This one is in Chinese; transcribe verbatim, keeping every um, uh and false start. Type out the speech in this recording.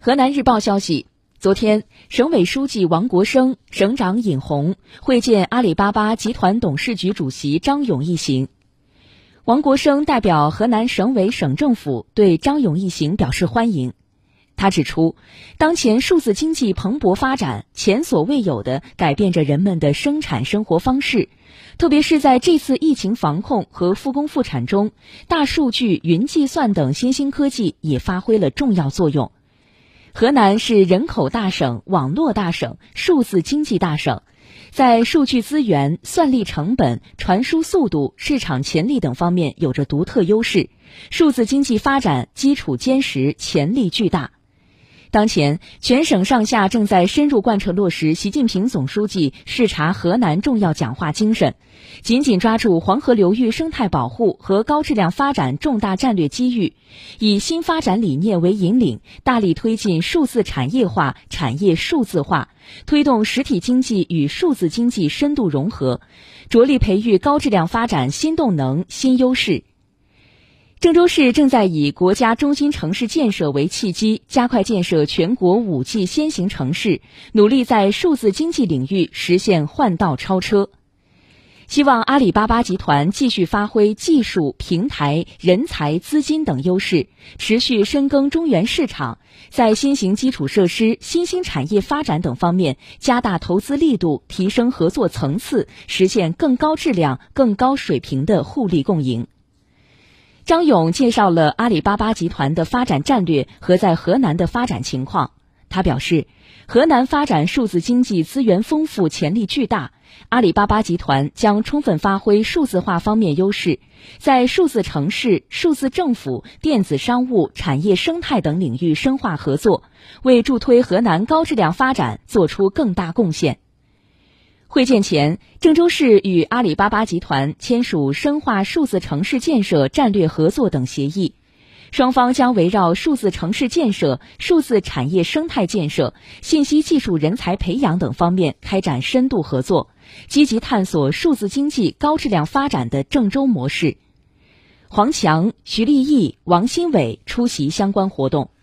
河南日报消息，昨天，省委书记王国生、省长尹红会见阿里巴巴集团董事局主席张勇一行。王国生代表河南省委省政府对张勇一行表示欢迎。他指出，当前数字经济蓬勃发展，前所未有地改变着人们的生产生活方式，特别是在这次疫情防控和复工复产中，大数据、云计算等新兴科技也发挥了重要作用。河南是人口大省、网络大省、数字经济大省，在数据资源、算力成本、传输速度、市场潜力等方面有着独特优势，数字经济发展基础坚实，潜力巨大。当前，全省上下正在深入贯彻落实习近平总书记视察河南重要讲话精神，紧紧抓住黄河流域生态保护和高质量发展重大战略机遇，以新发展理念为引领，大力推进数字产业化、产业数字化，推动实体经济与数字经济深度融合，着力培育高质量发展新动能、新优势。郑州市正在以国家中心城市建设为契机，加快建设全国 五 G 先行城市，努力在数字经济领域实现换道超车。希望阿里巴巴集团继续发挥技术、平台、人才、资金等优势，持续深耕中原市场，在新型基础设施、新兴产业发展等方面加大投资力度，提升合作层次，实现更高质量、更高水平的互利共赢。张勇介绍了阿里巴巴集团的发展战略和在河南的发展情况。他表示，河南发展数字经济资源丰富，潜力巨大，阿里巴巴集团将充分发挥数字化方面优势，在数字城市、数字政府、电子商务、产业生态等领域深化合作，为助推河南高质量发展做出更大贡献。会见前，郑州市与阿里巴巴集团签署深化数字城市建设战略合作等协议，双方将围绕数字城市建设、数字产业生态建设、信息技术人才培养等方面开展深度合作，积极探索数字经济高质量发展的郑州模式。黄强、徐立毅、王新伟出席相关活动。